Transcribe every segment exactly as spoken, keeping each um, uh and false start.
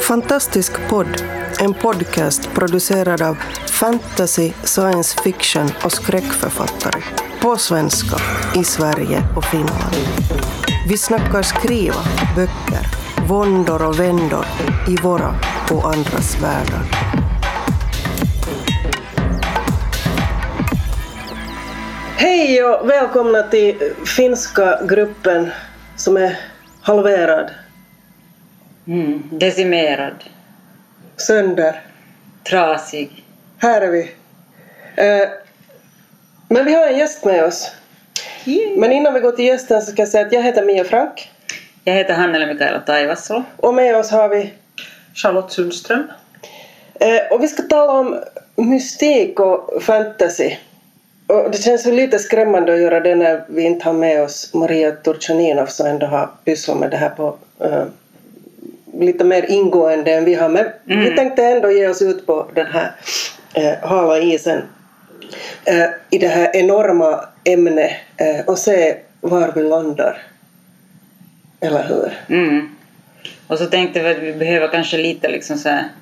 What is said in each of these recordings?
Fantastisk podd, en podcast producerad av fantasy, science fiction och skräckförfattare. På svenska, i Sverige och Finland. Vi snackar skriva, böcker, våndor och vändor i våra och andras världar. Hej och välkomna till finska gruppen som är halverad. Mm, decimerad. Sönder. Trasig. Här är vi. Eh, men vi har en gäst med oss. Yeah. Men innan vi går till gästen så ska jag säga att jag heter Mia Frank. Jag heter Hannele Mikaela Taivasalo. Och med oss har vi Charlotte Sundström. Eh, och vi ska tala om mystik och fantasy. Och det känns ju lite skrämmande att göra det när vi inte har med oss Maria Turchaninov som ändå har pysslat med det här på eh, lite mer ingående än vi har. Men mm. vi tänkte ändå ge oss ut på den här eh, hala isen eh, i det här enorma ämnet eh, och se var vi landar. Eller hur? Mm. Och så tänkte vi att vi behöver kanske lite liksom så här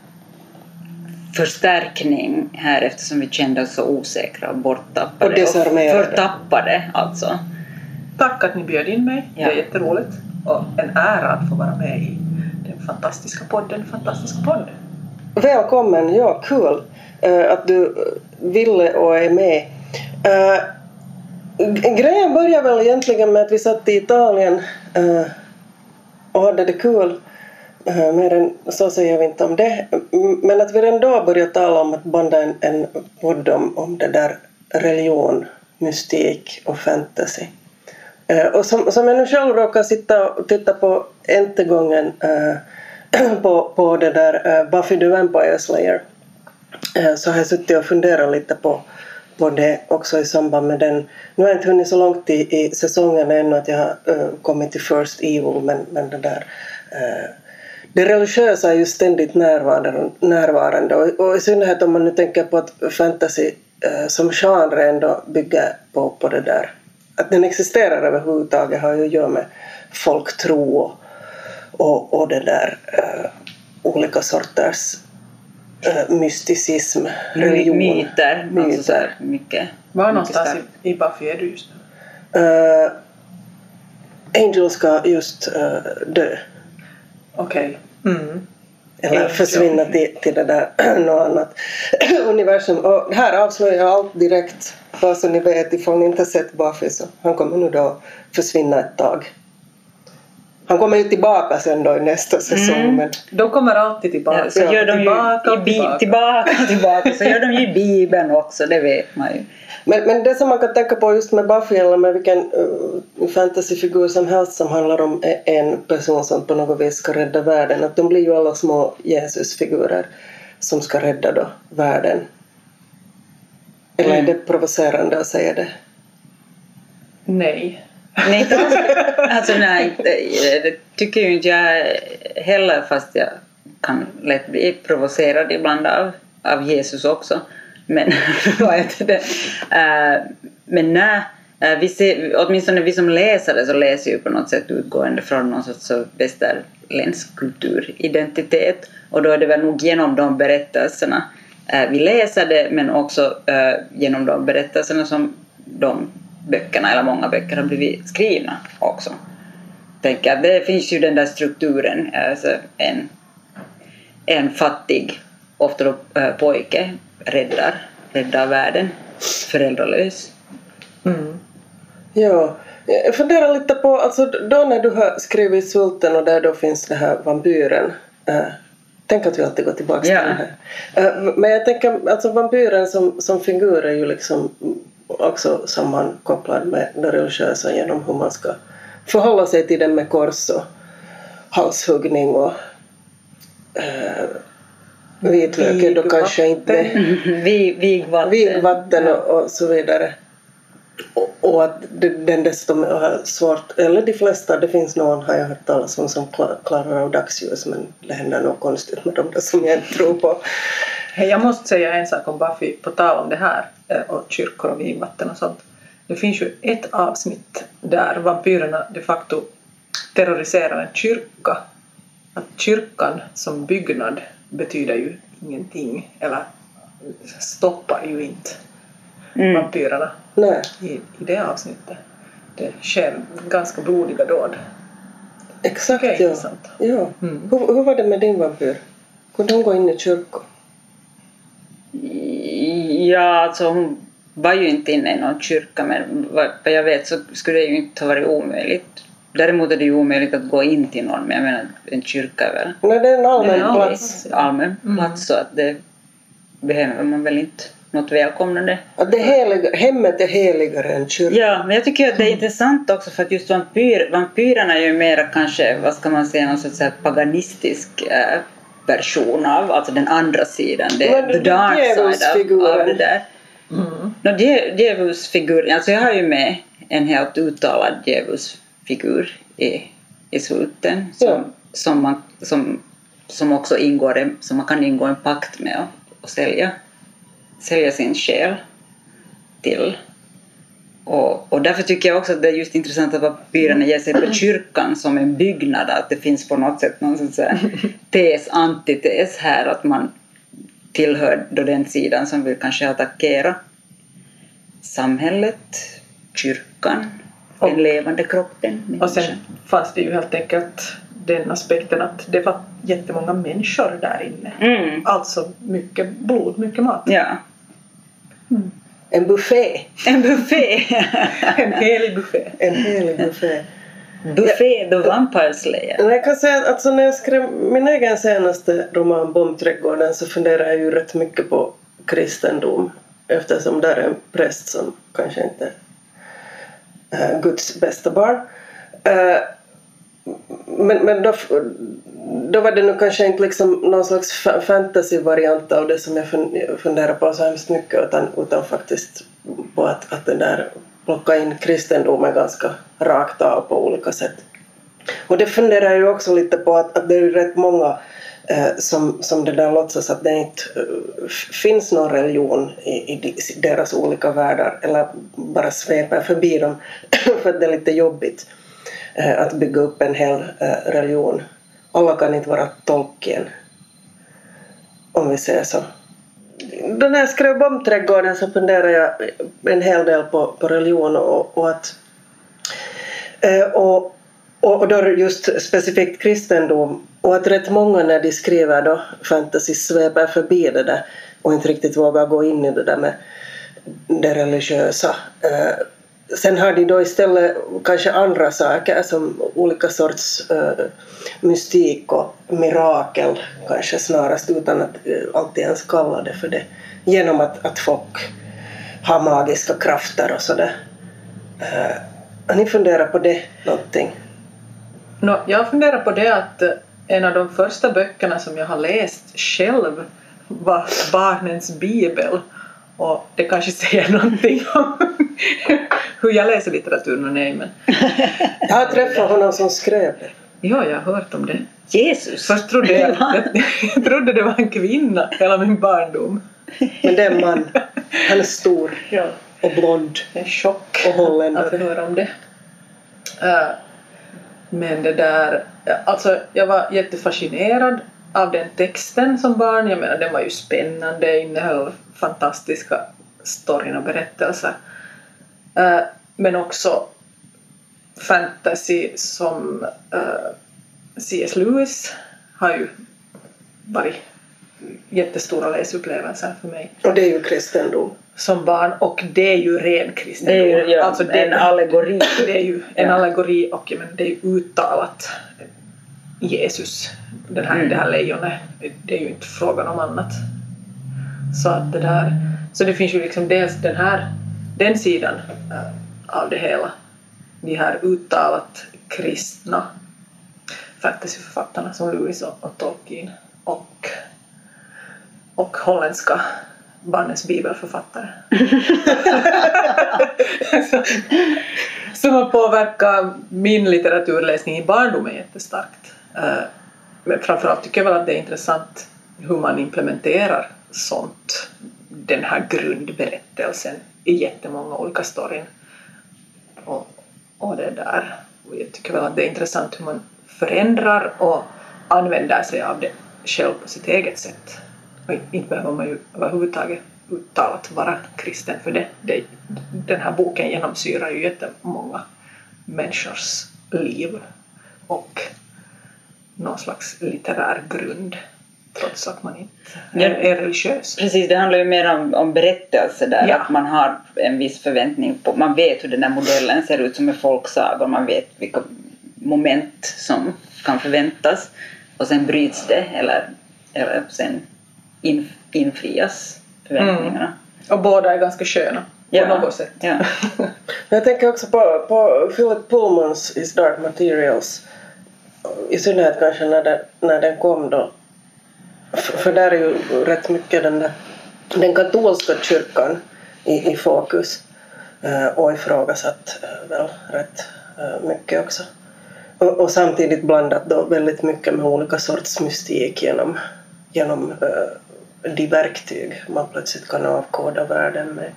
förstärkning här eftersom vi kände oss så osäkra och borttappade. Och desarmerade. Och förtappade alltså. Tack att ni bjöd in mig. Ja. Det är jätteroligt. Och en ära att få vara med i den fantastiska podden. Fantastiska podden. Välkommen, ja, kul uh, att du ville och är med. Uh, grejen börjar väl egentligen med att vi satt i Italien uh, och hade det kul. Uh, mer än så säger vi inte om det. Men att vi redan då började tala om att banda en, en podd om, om det där religion, mystik och fantasy. Uh, och som, som jag nu själv råkar sitta och titta på entegången uh, på, på det där uh, Buffy the Vampire Slayer uh, så har jag suttit och funderat lite på, på det också i samband med den. Nu har jag inte hunnit så långt i, i säsongen ännu att jag har uh, kommit till First Evil, men, men det där uh, det religiösa är ju ständigt närvarande, närvarande och, och i synnerhet om man nu tänker på att fantasy uh, som genre ändå bygger på, på det där. Att den existerar överhuvudtaget har ju att göra med folktro och, och, och det där uh, olika sorters uh, mysticism, religion. Myter. Myter. Alltså så här mycket. Var mycket någonstans starkt. i, i Buffy är du just nu? Uh, Angel ska just uh, dö. Okej. Okay. Mm. Eller Angel. försvinna till, till det där något annat universum. Och här avslöjar jag allt direkt. Bara så ni vet, ifall ni inte har sett Buffy så han kommer nu då försvinna ett tag. Han kommer ju tillbaka sen då i nästa säsong. Mm. Men De kommer alltid tillbaka. Ja, så gör de tillbaka, ju i bi- tillbaka. tillbaka tillbaka så gör de ju i Bibeln också, det vet man ju. Men, men det som man kan tänka på just med Buffy eller med vilken uh, fantasyfigur som helst som handlar om en person som på något vis ska rädda världen, att de blir ju alla små Jesusfigurer som ska rädda då världen. Eller är det provocerande att säga det? Nej. Nej, alltså nej, det tycker ju inte jag heller, fast jag kan lätt bli provocerad ibland av, av Jesus också. Men vad heter det? Uh, men nej, uh, vi ser, åtminstone vi som läsare så läser ju på något sätt utgående från någon sorts västerländsk kulturidentitet. Och då är det väl nog genom de berättelserna uh, vi läser det, men också uh, genom de berättelserna som de böckerna eller många böcker har blivit skrivna också. Tänker att det finns ju den där strukturen, alltså en, en fattig, ofta då äh, pojke räddar, räddar världen, föräldralös. Mm. Ja, jag funderar lite på, alltså då när du har skrivit Svulten och där då finns det här vampyren. Äh, tänk att vi alltid går tillbaka till Ja. det här. Äh, men jag tänker, alltså vampyren som, som figur är ju liksom också sammankopplad med det religiösa genom hur man ska förhålla sig till den med kors och halshuggning och äh, vitlök är då kanske inte Vigvatten. vigvatten och, och så vidare. Och, och att den dessutom har svårt, eller de flesta, det finns någon har jag hört talas om som klarar av dagsljus, men det händer något konstigt med dem där som jag inte tror på. Hey, jag måste säga en sak om Buffy på tal om det här och kyrkor och vigvatten och sånt. Det finns ju ett avsnitt där vampyrerna de facto terroriserar en kyrka att kyrkan som byggnad betyder ju ingenting eller stoppar ju inte mm. vampyrerna Nej. I, i det avsnittet. Det sker ganska blodiga dåd. Exakt, ja. ja. Mm. Hur, hur var det med din vampyr? Kunde hon gå in i kyrkan? Ja, alltså hon var ju inte inne i någon kyrka, men vad jag vet så skulle det ju inte ha varit omöjligt. Däremot är det ju omöjligt att gå in till någon, men jag menar en kyrka är väl... Nej, det är en allmän en plats. Allmän mm. plats, så att det behöver man väl inte något välkomnande. Att det heliga, hemmet är heligare än kyrkan. Ja, men jag tycker att det är intressant också för att just vampyr, vampyrerna är ju mer kanske, vad ska man säga, någon sorts så här paganistisk äh, version av, alltså den andra sidan, det, men, the dark side av, av det där. Mm. No, djävulsfigur, alltså jag har ju med en helt uttalad djävulsfigur i, i sluten som, ja. som, man, som, som också ingår en, som man kan ingå en pakt med och, och sälja, sälja sin själ till. Och, och därför tycker jag också att det är just intressant att vampyrerna ger sig på kyrkan som en byggnad, att det finns på något sätt någon sån här tes, antites här, att man tillhör då den sidan som vill kanske attackera samhället, kyrkan, och den levande kroppen. Och sen fanns det ju helt enkelt den aspekten att det var jättemånga människor där inne. Mm. Alltså mycket blod, mycket mat. Ja. Mm. En buffé. En buffé. En helig buffé. En helig buffé. Buffé the Vampire Slayer. Jag kan säga att alltså, när jag skrev min egen senaste roman Bombträdgården så funderar jag ju rätt mycket på kristendom, eftersom där är en präst som kanske inte är Guds bästa barn. Men, men då, då var det nu kanske inte liksom någon slags fantasy-variant av det som jag funderar på så hemskt mycket, utan, utan faktiskt på att, att det där plocka in kristendomen ganska rakt av på olika sätt. Och det funderar jag ju också lite på att, att det är rätt många eh, som, som det där låtsas att det inte uh, finns någon religion i, i deras olika världar, eller bara sveper förbi dem för att det är lite jobbigt eh, att bygga upp en hel eh, religion. Alla kan inte vara Tolkien, om vi säger så. Då när jag skrev Bombträdgården så funderade jag en hel del på, på religion och, och att eh, och, och då just specifikt kristendom, och att rätt många när de skriver då fantasy sväpar förbi det där och inte riktigt vågar gå in i det där med det religiösa. Eh, sen har de då istället kanske andra saker som olika sorts eh, mystik och mirakel kanske snarast, utan att eh, alltid ens kalla det för det, genom att, att folk har magiska krafter och sådär. Eh, har ni funderat på det någonting? No, jag funderar på det att en av de första böckerna som jag har läst själv var Barnens bibel, och det kanske säger någonting om hur jag läser litteratur. Nej, men jag har träffat honom som skrev det. Ja, jag har hört om det. Jesus. Först trodde jag, jag, jag trodde det var en kvinna hela min barndom. Men det är en man. Han är stor ja. och blond. En chock och holländare. Att höra om det. Uh, men det där, alltså jag var jättefascinerad av den texten som barn. Jag menar, den var ju spännande, innehöll fantastiska storyn och berättelser. Uh, men också fantasy som uh, C S Lewis har ju varit jättestora läsupplevelser för mig. Och det är ju kristendom. Som barn, och det är ju ren kristendom. Det är ju ja, alltså det, en allegori. Det är ju en ja. allegori, och men det är ju uttalat Jesus. Den här, mm. Det här lejonet, det är ju inte frågan om annat. Så att det där, så det finns ju liksom dels den här, den sidan äh, av det hela. De här uttalat kristna fantasyförfattarna som Lewis och, och Tolkien och, och holländska Barnens bibelförfattare. så, som har påverkat min litteraturläsning i barndomen jättestarkt. Uh, men framförallt tycker jag väl att det är intressant hur man implementerar sånt, den här grundberättelsen i jättemånga olika storyn. Och, och det där. Och jag tycker väl att det är intressant hur man förändrar och använder sig av det själv på sitt eget sätt. Och inte behöver man ju överhuvudtaget uttalat vara kristen för det. det. Den här boken genomsyrar ju jättemånga människors liv och någon slags litterär grund trots att man inte är, är religiös. Precis, det handlar ju mer om, om berättelse där, ja. Att man har en viss förväntning på, man vet hur den här modellen ser ut som en folksaga, man vet vilka moment som kan förväntas och sen bryts det eller, eller sen in, infrias förväntningarna. Mm. Och båda är ganska sköna ja. på något sätt. Ja. Jag tänker också på, på Philip Pullmans His Dark Materials, i synnerhet kanske när den, när den kom då. För där är ju rätt mycket den, där, den katolska kyrkan i, i fokus uh, och ifrågasatt uh, väl rätt uh, mycket också. Och, och samtidigt blandat då väldigt mycket med olika sorts mystik genom, genom uh, de verktyg man plötsligt kan avkoda världen med.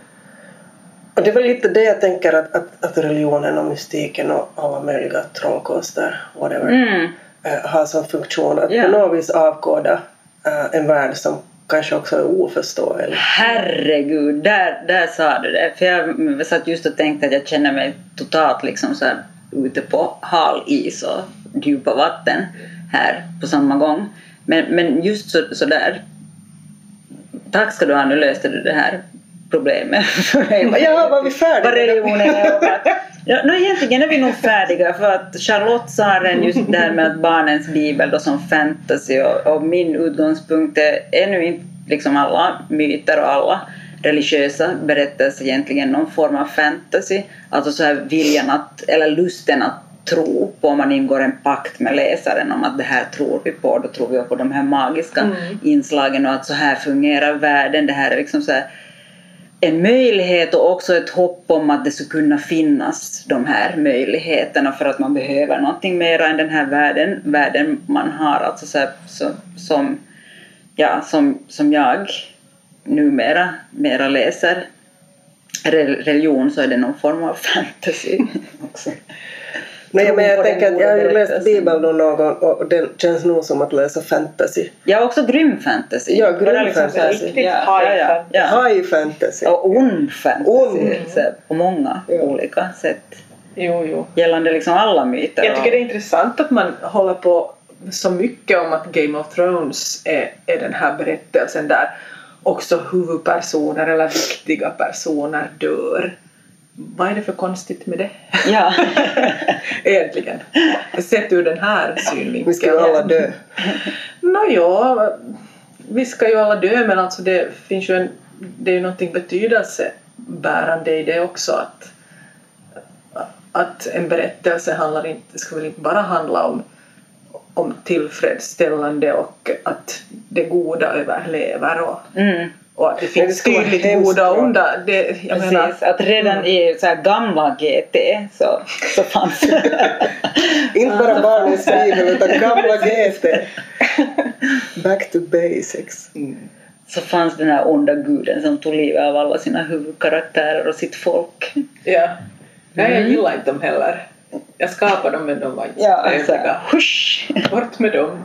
Och det är väl lite det jag tänker att, att, att religionen och mystiken och alla möjliga trollkonster, whatever, mm. uh, har som funktion att yeah. på något vis avkoda uh, en värld som kanske också är oförståelig. Herregud, där, där sa du det. För jag satt just och tänkte att jag känner mig totalt liksom så här ute på hal is och djupa vatten här på samma gång. Men, men just så, så där, tack ska du ha, nu löste du det här problemet. Ja, var vi färdiga? Religionen är ja, no, egentligen är vi nog färdiga för att Charlotte sa den just där med att barnens bibel då som fantasy och, och min utgångspunkt är ännu inte liksom alla myter och alla religiösa berättelser egentligen någon form av fantasy, alltså så här viljan att, eller lusten att tro på, om man ingår en pakt med läsaren om att det här tror vi på, då tror vi på de här magiska mm. inslagen och att så här fungerar världen, det här är liksom så här en möjlighet och också ett hopp om att det skulle kunna finnas de här möjligheterna för att man behöver någonting mer än den här världen, världen man har, alltså så här, så, som, ja, som, som jag numera mera läser religion, så är det någon form av fantasy också. Nej, men jag tänker att jag har ju läst Bibeln då någon och det känns nog som att läsa fantasy. Ja, också grym fantasy. Ja, grym liksom fantasy. Riktigt ja, high, ja, ja. Ja. high fantasy. Och ond fantasy. Und. Så, på många ja. olika sätt. Jo, jo. Gällande liksom alla myter. Jag tycker det är intressant att man håller på så mycket om att Game of Thrones är, är den här berättelsen där också huvudpersoner eller viktiga personer dör. Vad är det för konstigt med det? Ja. Egentligen. Sett ur den här synvinkeln. Vi ska ju alla dö. Nå ja, vi ska ju alla dö, men alltså det finns ju en, det är ju någonting betydelsebärande i det också, att, att en berättelse handlar inte, ska väl inte bara handla om, om tillfredsställande och att det goda överlever och mm. och att det finns det tydligt goda och onda. Det, jag precis, menar, att redan mm. i så här gamla G T så, så fanns det. Inte bara barnens bibel utan gamla G T. Back to basics. Mm. Så fanns den här onda guden som tog livet av alla sina huvudkaraktärer och sitt folk. Ja, mm. Nej, jag gillar inte dem heller. Jag skapade dem men de var inte ja, övriga. Husch! Bort med dem.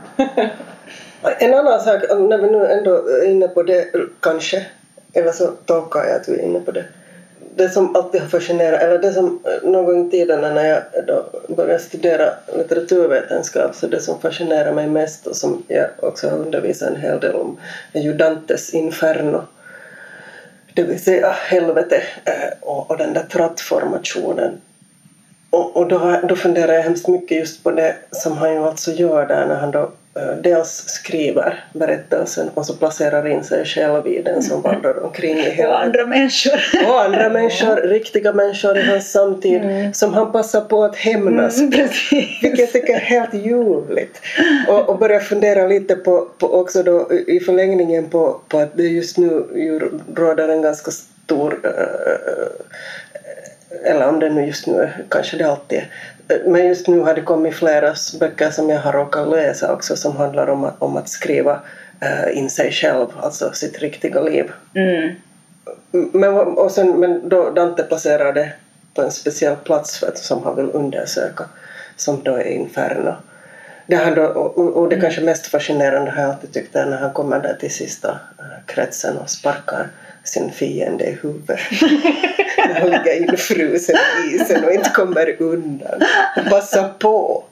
En annan sak, när vi nu ändå är inne på det kanske, eller så tolkar jag att vi är inne på det. Det som alltid har fascinerat, eller det som någon gång i tiden när jag då började studera litteraturvetenskap, så det som fascinerar mig mest och som jag också har undervisat en hel del om är ju Dantes Inferno. Det vill säga helvete och, och den där trattformationen. Och, och då, då funderar jag hemskt mycket just på det som han ju alltså gör där när han då dels skriver berättelsen och så placerar in sig själv i den som vandrar omkring i hela... Och andra människor. Och andra människor, riktiga människor i hans samtid mm. som han passar på att hämnas mm, på. Vilket jag tycker är helt ljuvligt. Och, och börjar fundera lite på, på också då i förlängningen på, på att det just nu ju råder en ganska stor... Uh, eller om det nu just nu kanske det alltid är. Men just nu har det kommit flera böcker som jag har råkat läsa också som handlar om att, om att skriva uh, in sig själv, alltså sitt riktiga liv. Mm. Men, och sen, men då Dante placerar det på en speciell plats för att, som han vill undersöka, som då är Inferno. det här då, och, och det kanske mest fascinerande har jag alltid tyckt är när han kommer där till sista uh, kretsen och sparkar sin fiende i huvudet. Han ligger infrusen i isen och inte kommer undan. Passa på.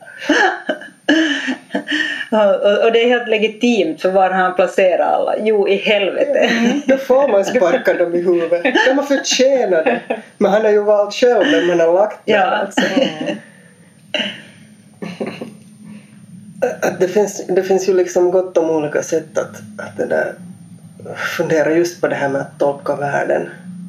Och, och det är helt legitimt för var han placerar alla. Jo, i helvete. Mm, då får man sparka dem i huvudet. De har förtjänat det. Men han har ju valt själv vem man har lagt där. Ja. Alltså. Mm. Att det, finns, det finns ju liksom gott om olika sätt att, att det där, fundera just på det här med att tolka världen.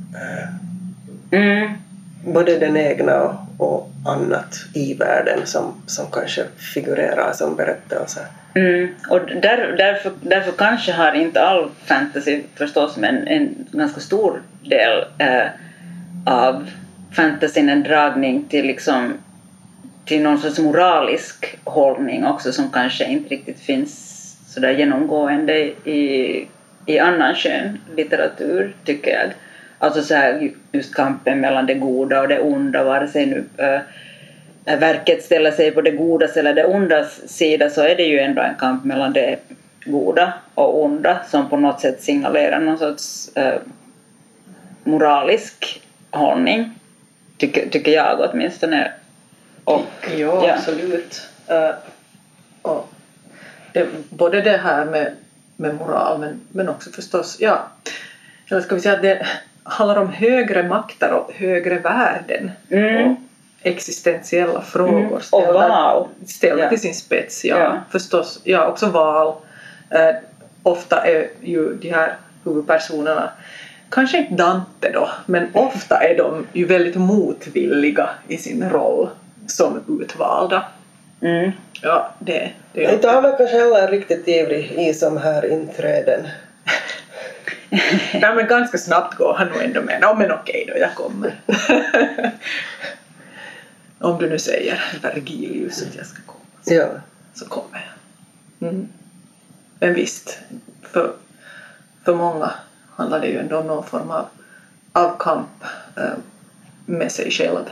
Mm. Både den egna och, och annat i världen som, som kanske figurerar som berättelser. Mm. Och där, därför, därför kanske har inte all fantasy förstås, men en ganska stor del eh, av fantasyn en dragning till liksom till någon sorts moralisk hållning också som kanske inte riktigt finns så där genomgående i, i annan skön litteratur, tycker jag. Alltså så här, just kampen mellan det goda och det onda, vare sig nu äh, verket ställer sig på det godas eller det ondas sida, så är det ju ändå en kamp mellan det goda och onda som på något sätt signalerar någon sorts äh, moralisk hållning, tycker, tycker jag åtminstone. Och, ja, ja, absolut. Uh, och det, både det här med, med moral men, men också förstås, ja, eller ska vi säga att det handlar om högre makter och högre värden mm. och existentiella frågor mm. ställda, och val. ställda Ja. till sin spets. Ja, Ja. förstås. Ja, också val. Uh, ofta är ju de här huvudpersonerna, kanske inte Dante då, men ofta är de ju väldigt motvilliga i sin roll som utvalda. Mm. Ja, det, det är Inte har man kanske heller riktigt ivrig i som här inträden. Nej, men ganska snabbt går han nog ändå med. Ja, men okej då, jag kommer. Om du nu säger Vergilius att jag ska komma, så, Ja. så kommer jag. Mm. Men visst, för, för många handlar det ju ändå om någon form av, av kamp eh, med sig själv.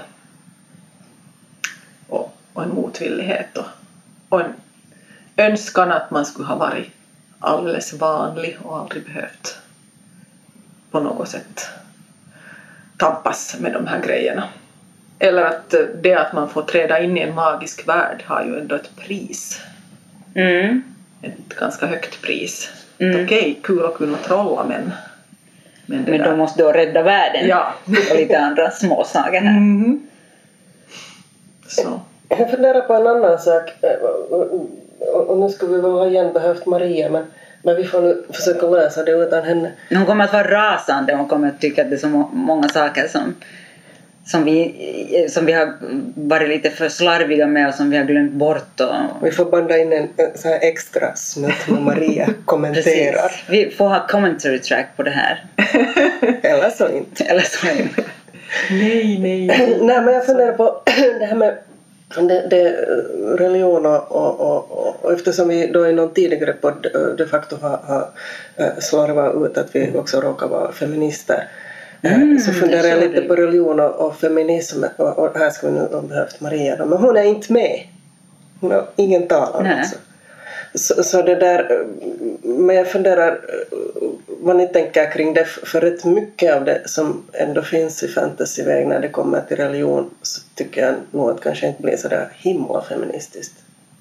Och, och en motvillighet och, och en önskan att man skulle ha varit alldeles vanlig och aldrig behövt på något sätt tampas med de här grejerna. Eller att det att man får träda in i en magisk värld har ju ändå ett pris. Mm. Ett ganska högt pris. Mm. Okej, okay, kul att kunna trolla, men men, det Men där. de måste då rädda världen. Ja. Och lite andra små saker här. Mm. Så. Jag funderar på en annan sak. Och nu skulle vi väl ha igen behövt Maria, men, men vi får nu försöka lösa det utan henne. Hon kommer att vara rasande. Hon kommer att tycka att det är så må- många saker som, som, vi, som vi har varit lite för slarviga med och som vi har glömt bort. Och... Vi får banda in en, en så här extra snutt med Maria kommenterar. Precis. Vi får ha commentary track på det här. Eller så inte. Eller så är det. Nej, nej. Nej, men jag funderar på det här med det, det, religion och, och, och, och eftersom vi då i någon tidigare podd de facto har, har slarvat ut att vi också råkar vara feminister. Mm, så funderar jag lite på religion och, och feminism, och, och här ska vi nu ha behövt Maria då, men hon är inte med. Hon har ingen talan alltså. Så, så det där, men jag funderar vad ni tänker kring det, för rätt mycket av det som ändå finns i fantasyväg när det kommer till religion, så tycker jag nog att kanske inte blir så där himla feministiskt.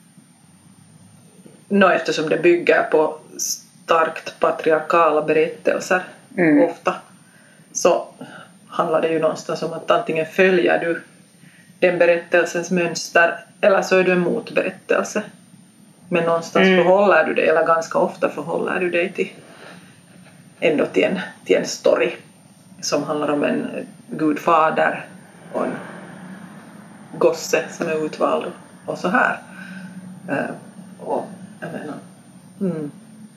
Nå, eftersom det bygger på starkt patriarkala berättelser mm. ofta, så handlar det ju någonstans om att antingen följer du den berättelsens mönster eller så är du en motberättelse. Men någonstans mm. förhåller du dig, eller ganska ofta förhåller du dig till ändå till en, till en story som handlar om en gudfader och en gosse som är utvald och så här. Uh, och jag menar, mm.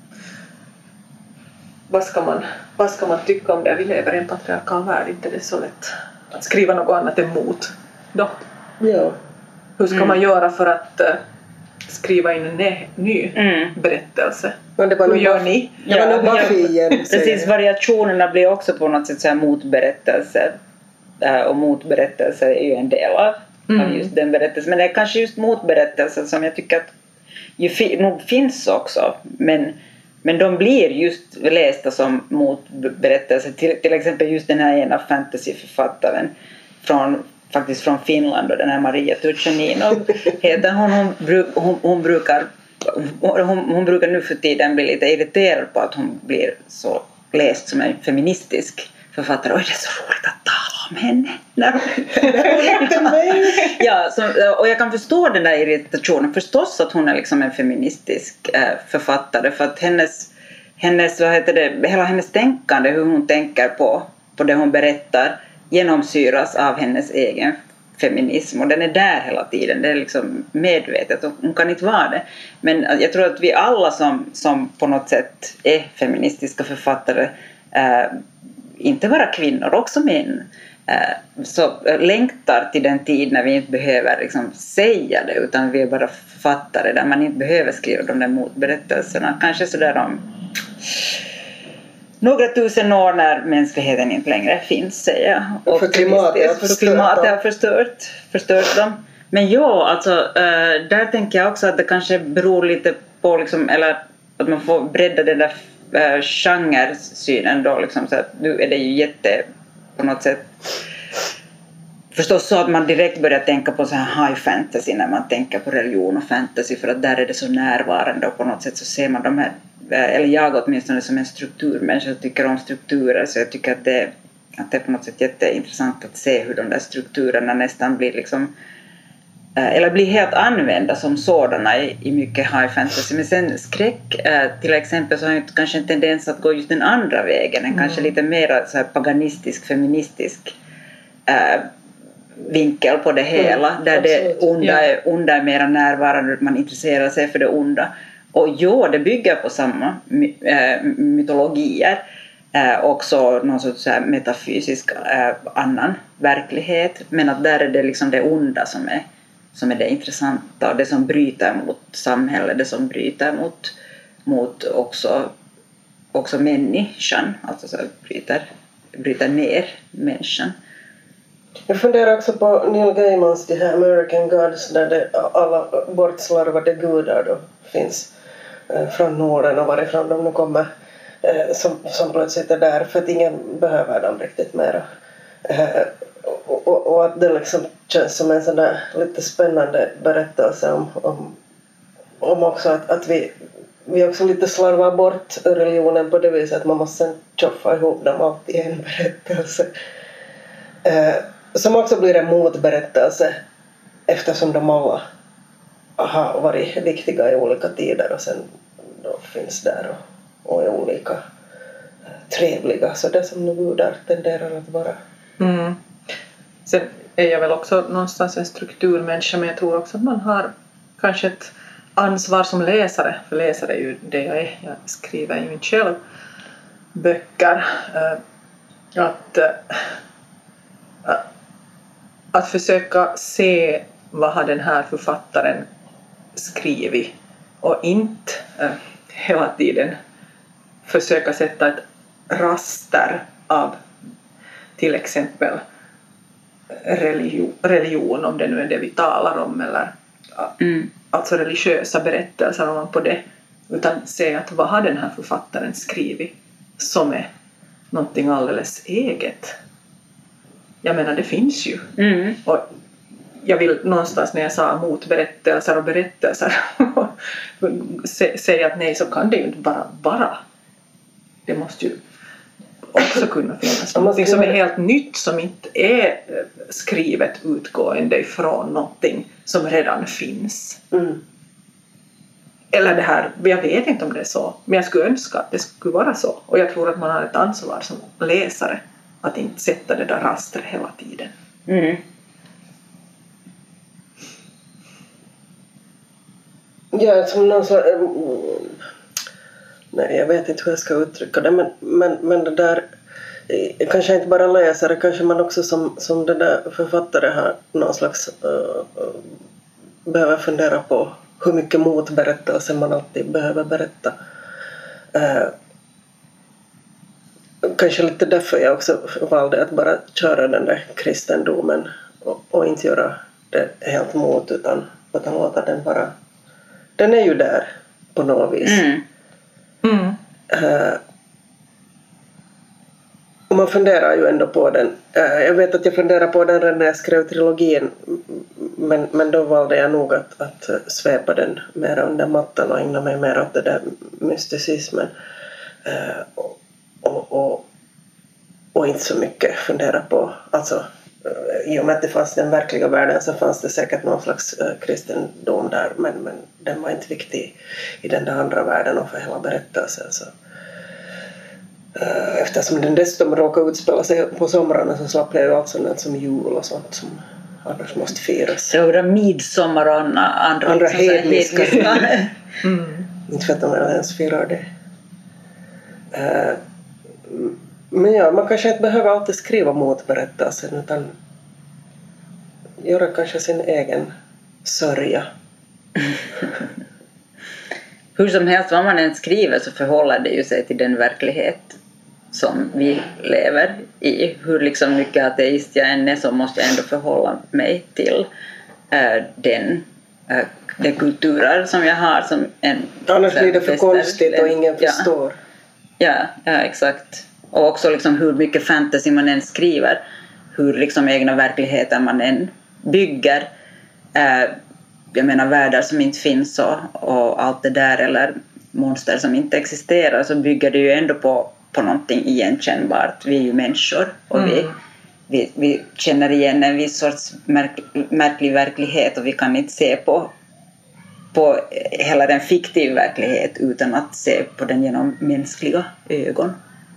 vad, ska man, vad ska man tycka om det? Vi lever i en patriarkal värld, inte det är så lätt att skriva något annat än mot då. Ja. Hur ska mm. man göra för att uh, skriva in en ny, ny mm. berättelse? Men det var Hur nog gör Buff- ni? Det var nog Buffy igen. Precis, variationerna blir också på något sätt så här motberättelser. Och motberättelser är ju en del av, mm. av just den berättelsen. Men det är kanske just motberättelser som jag tycker att ju fi, nog finns också, men, men de blir just lästa som motberättelser. Till, till exempel just den här ena fantasyförfattaren från, faktiskt från Finland, och den här Maria Turchaninov heter hon, hon, hon, hon, hon brukar hon, hon brukar nu för tiden bli lite irriterad på att hon blir så läst som en feministisk författare. Och det är så roligt att tala om henne. Ja, så, och jag kan förstå den där irritationen. Förstås att hon är liksom en feministisk äh, författare, för att hennes, hennes, vad heter det, hela hennes tänkande, hur hon tänker på, på det hon berättar, genomsyras av hennes egen feminism, och den är där hela tiden. Det är liksom medvetet, och hon kan inte vara det. Men jag tror att vi alla som, som på något sätt är feministiska författare, äh, inte bara kvinnor, också män, äh, så längtar till den tid när vi inte behöver liksom säga det, utan vi är bara författare där man inte behöver skriva de där motberättelserna. Kanske sådär om några tusen år när mänskligheten inte längre finns, säger jag. Och för klimatet har förstört, klimatet har förstört, förstört dem. Men ja, alltså, äh, där tänker jag också att det kanske beror lite på, liksom, eller att man får bredda den där äh, genresynen då. Liksom, så att nu är det ju jätte, på något sätt, förstås så att man direkt börjar tänka på så här high fantasy när man tänker på religion och fantasy, för att där är det så närvarande, och på något sätt så ser man de här, eller jag åtminstone som en strukturmänniska, jag tycker om strukturer, så jag tycker att det, att det är på något sätt jätteintressant att se hur de där strukturerna nästan blir liksom, eller blir helt använda som sådana i, i mycket high fantasy. Men sen skräck till exempel, så har jag kanske en tendens att gå just den andra vägen, en mm. kanske lite mer så här paganistisk, feministisk äh, vinkel på det hela, mm, där absolut. Det onda är, onda är mera närvarande, man intresserar sig för det onda. Och jo, det bygger på samma my, äh, mytologier, äh, också någon sorts här metafysisk äh, annan verklighet, men att där är det liksom det onda som är, som är det intressanta, och det som bryter mot samhället, det som bryter mot, mot också, också människan, alltså så bryter, bryter ner människan. Jag funderar också på Neil Gaimans de här American Gods, där det, alla bortslarvade gudar då finns eh, från Norden och varifrån de nu kommer, eh, som, som plötsligt är där för att ingen behöver dem riktigt mer. Eh, och, och, och att det liksom känns som en sån där lite spännande berättelse om, om, om också att, att vi, vi också lite slarvar bort religionen på det viset att man måste tjoffa ihop dem allt i en berättelse. Eh, som också blir en motberättelse, eftersom de alla har varit viktiga i olika tider och sen då finns där och, och är olika trevliga, så det som nu gudar tenderar att vara. Mm. Sen är jag väl också någonstans en strukturmänniska, men jag tror också att man har kanske ett ansvar som läsare, för läsare är ju det jag är, jag skriver ju inte själv böcker, att att försöka se vad har den här författaren skrivit, och inte äh, hela tiden försöka sätta ett raster av till exempel religion, religion om det nu är det vi talar om, eller mm. alltså religiösa berättelser om man på det, utan se att vad har den här författaren skrivit som är någonting alldeles eget. Jag menar, det finns ju. Mm. Och jag vill någonstans när jag sa motberättelser och berättelser säga att nej, så kan det ju inte bara vara. Det måste ju också kunna finnas någonting som är helt nytt, som inte är skrivet utgående ifrån någonting som redan finns. Mm. Eller det här, jag vet inte om det är så, men jag skulle önska att det skulle vara så. Och jag tror att man har ett ansvar som läsare att inte sätta det där rastret hela tiden. Mm. Ja, som någon slags, nej, jag vet inte hur jag ska uttrycka det, men, men, men det där, kanske inte bara läsare, kanske man också som, som det där författare har någon slags uh, behöver fundera på hur mycket motberättelser man alltid behöver berätta. Uh, kanske lite därför jag också valde att bara köra den där kristendomen och, och inte göra det helt mot, utan, utan låta den vara den är ju där på något vis. Mm. Mm. Uh, och man funderar ju ändå på den. Uh, jag vet att jag funderar på den redan när jag skrev trilogin, men, men då valde jag nog att, att svepa den mer under mattan och ägna mig mer åt det där mysticismen. Uh, och, och, och, och inte så mycket fundera på, alltså i och med att det fanns den verkliga världen så fanns det säkert någon slags uh, kristendom där, men, men den var inte viktig i den där andra världen och för hela berättelsen. Så. Uh, eftersom den dessutom råkade utspela sig på somrarna så slapp jag ju allt sånt som jul och sånt som annars måste firas. Det var midsommar och andra, andra liksom hedniska. Mm. Inte för att de ens firar det. Uh, men ja, man kanske inte behöver alltid skriva mot berättelsen utan göra kanske sin egen sörja. Hur som helst, vad man än skriver så förhåller det ju sig till den verklighet som vi lever i. Hur liksom mycket ateist jag än är så måste jag ändå förhålla mig till äh, den, äh, den kulturer som jag har som en... Annars blir det för konstigt och ingen ja. förstår. Ja, ja, exakt. Och också liksom hur mycket fantasy man än skriver, hur liksom egna verkligheter man än bygger. Äh, jag menar världar som inte finns och, och allt det där, eller monster som inte existerar, så bygger det ju ändå på, på någonting igenkännbart. Vi är ju människor och mm. vi, vi, vi känner igen en viss sorts märk, märklig verklighet och vi kan inte se på, på hela den fiktiv verklighet utan att se på den genom mänskliga ögon.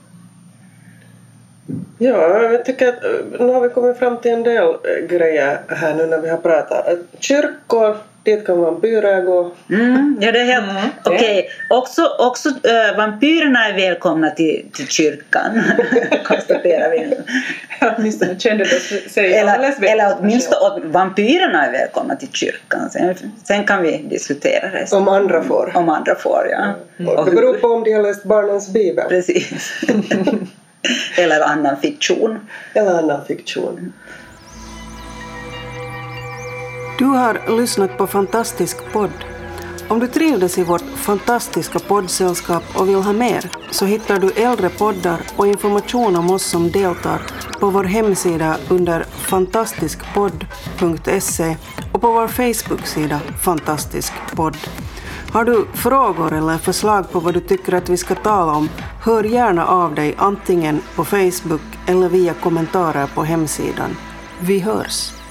Ja, jag tycker att nu har vi kommit fram till en del grejer här nu när vi har pratat. Kyrkor, dit kan vampyrer gå. Mm, ja, det är helt mm, okej. Okay. Också, också äh, vampyrerna är välkomna till, till kyrkan, konstaterar vi. Åtminstone kände det sig eller, eller åtminstone vampyrerna är välkomna till kyrkan. Sen, sen kan vi diskutera resten. Om andra får. Om andra får, ja. Mm. Och det beror på om de har läst barnens bibel. Precis. Eller annan fiktion. Eller annan fiktion. Du har lyssnat på Fantastisk podd. Om du trivdes i vårt fantastiska poddsällskap och vill ha mer så hittar du äldre poddar och information om oss som deltar på vår hemsida under fantastiskpodd punkt se och på vår Facebook-sida Fantastisk podd. Har du frågor eller förslag på vad du tycker att vi ska tala om, hör gärna av dig antingen på Facebook eller via kommentarer på hemsidan. Vi hörs!